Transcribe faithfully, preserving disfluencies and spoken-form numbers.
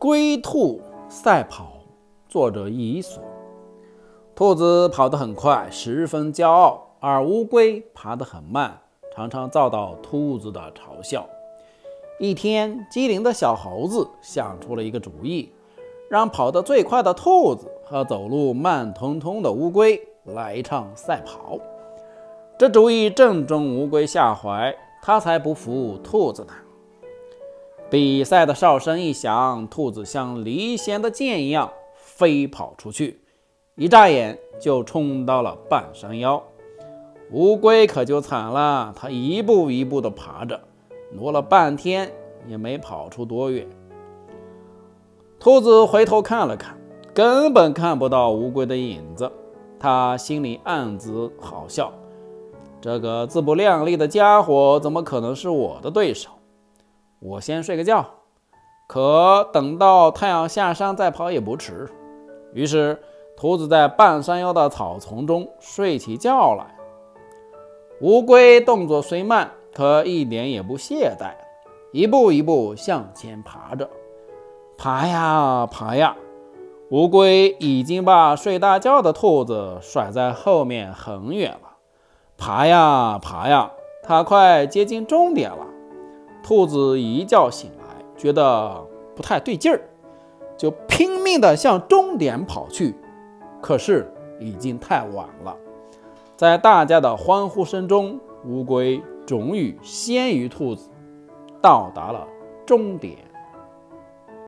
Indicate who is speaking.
Speaker 1: 龟兔赛跑，作者伊索。兔子跑得很快，十分骄傲，而乌龟爬得很慢，常常遭到兔子的嘲笑。一天，机灵的小猴子想出了一个主意，让跑得最快的兔子和走路慢腾腾的乌龟来一场赛跑。这主意正中乌龟下怀，它才不服兔子呢。比赛的哨声一响，兔子像离弦的箭一样飞跑出去，一眨眼就冲到了半山腰。乌龟可就惨了，它一步一步地爬着，挪了半天也没跑出多远。兔子回头看了看，根本看不到乌龟的影子，他心里暗自好笑，这个自不量力的家伙怎么可能是我的对手？我先睡个觉，可等到太阳下山再跑也不迟。于是兔子在半山腰的草丛中睡起觉来。乌龟动作虽慢，可一点也不懈怠，一步一步向前爬着。爬呀爬呀，乌龟已经把睡大觉的兔子甩在后面很远了。爬呀爬呀，它快接近终点了。兔子一觉醒来，觉得不太对劲儿，就拼命地向终点跑去。可是已经太晚了，在大家的欢呼声中，乌龟终于先于兔子到达了终点。